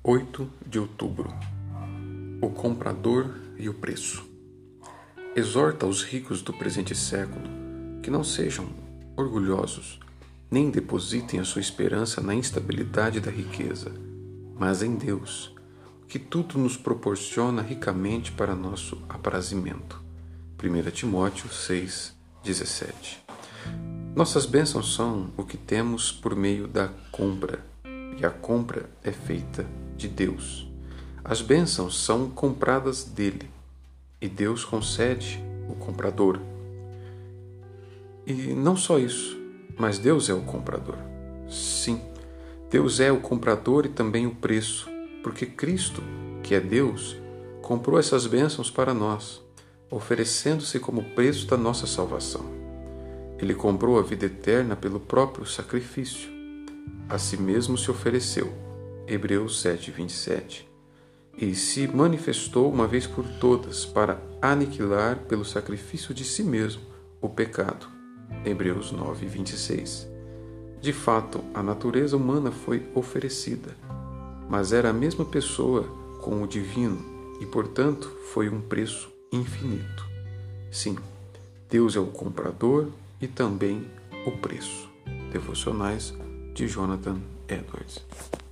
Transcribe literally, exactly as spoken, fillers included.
oito de outubro. O comprador e o preço. Exorta os ricos do presente século que não sejam orgulhosos, nem depositem a sua esperança na instabilidade da riqueza, mas em Deus, que tudo nos proporciona ricamente para nosso aprazimento. primeiro Timóteo seis, dezessete. Nossas bênçãos são o que temos por meio da compra, e a compra é feita de Deus. As bênçãos são compradas dele, e Deus concede o comprador. E não só isso, mas Deus é o comprador. Sim, Deus é o comprador e também o preço, porque Cristo, que é Deus, comprou essas bênçãos para nós, oferecendo-se como preço da nossa salvação. Ele comprou a vida eterna pelo próprio sacrifício. A si mesmo se ofereceu, Hebreus sete, vinte e sete, e se manifestou uma vez por todas para aniquilar pelo sacrifício de si mesmo o pecado, Hebreus nove, vinte e seis. De fato, a natureza humana foi oferecida, mas era a mesma pessoa com o divino e, portanto, foi um preço infinito. Sim, Deus é o comprador e também o preço. Devocionais de Jonathan Edwards.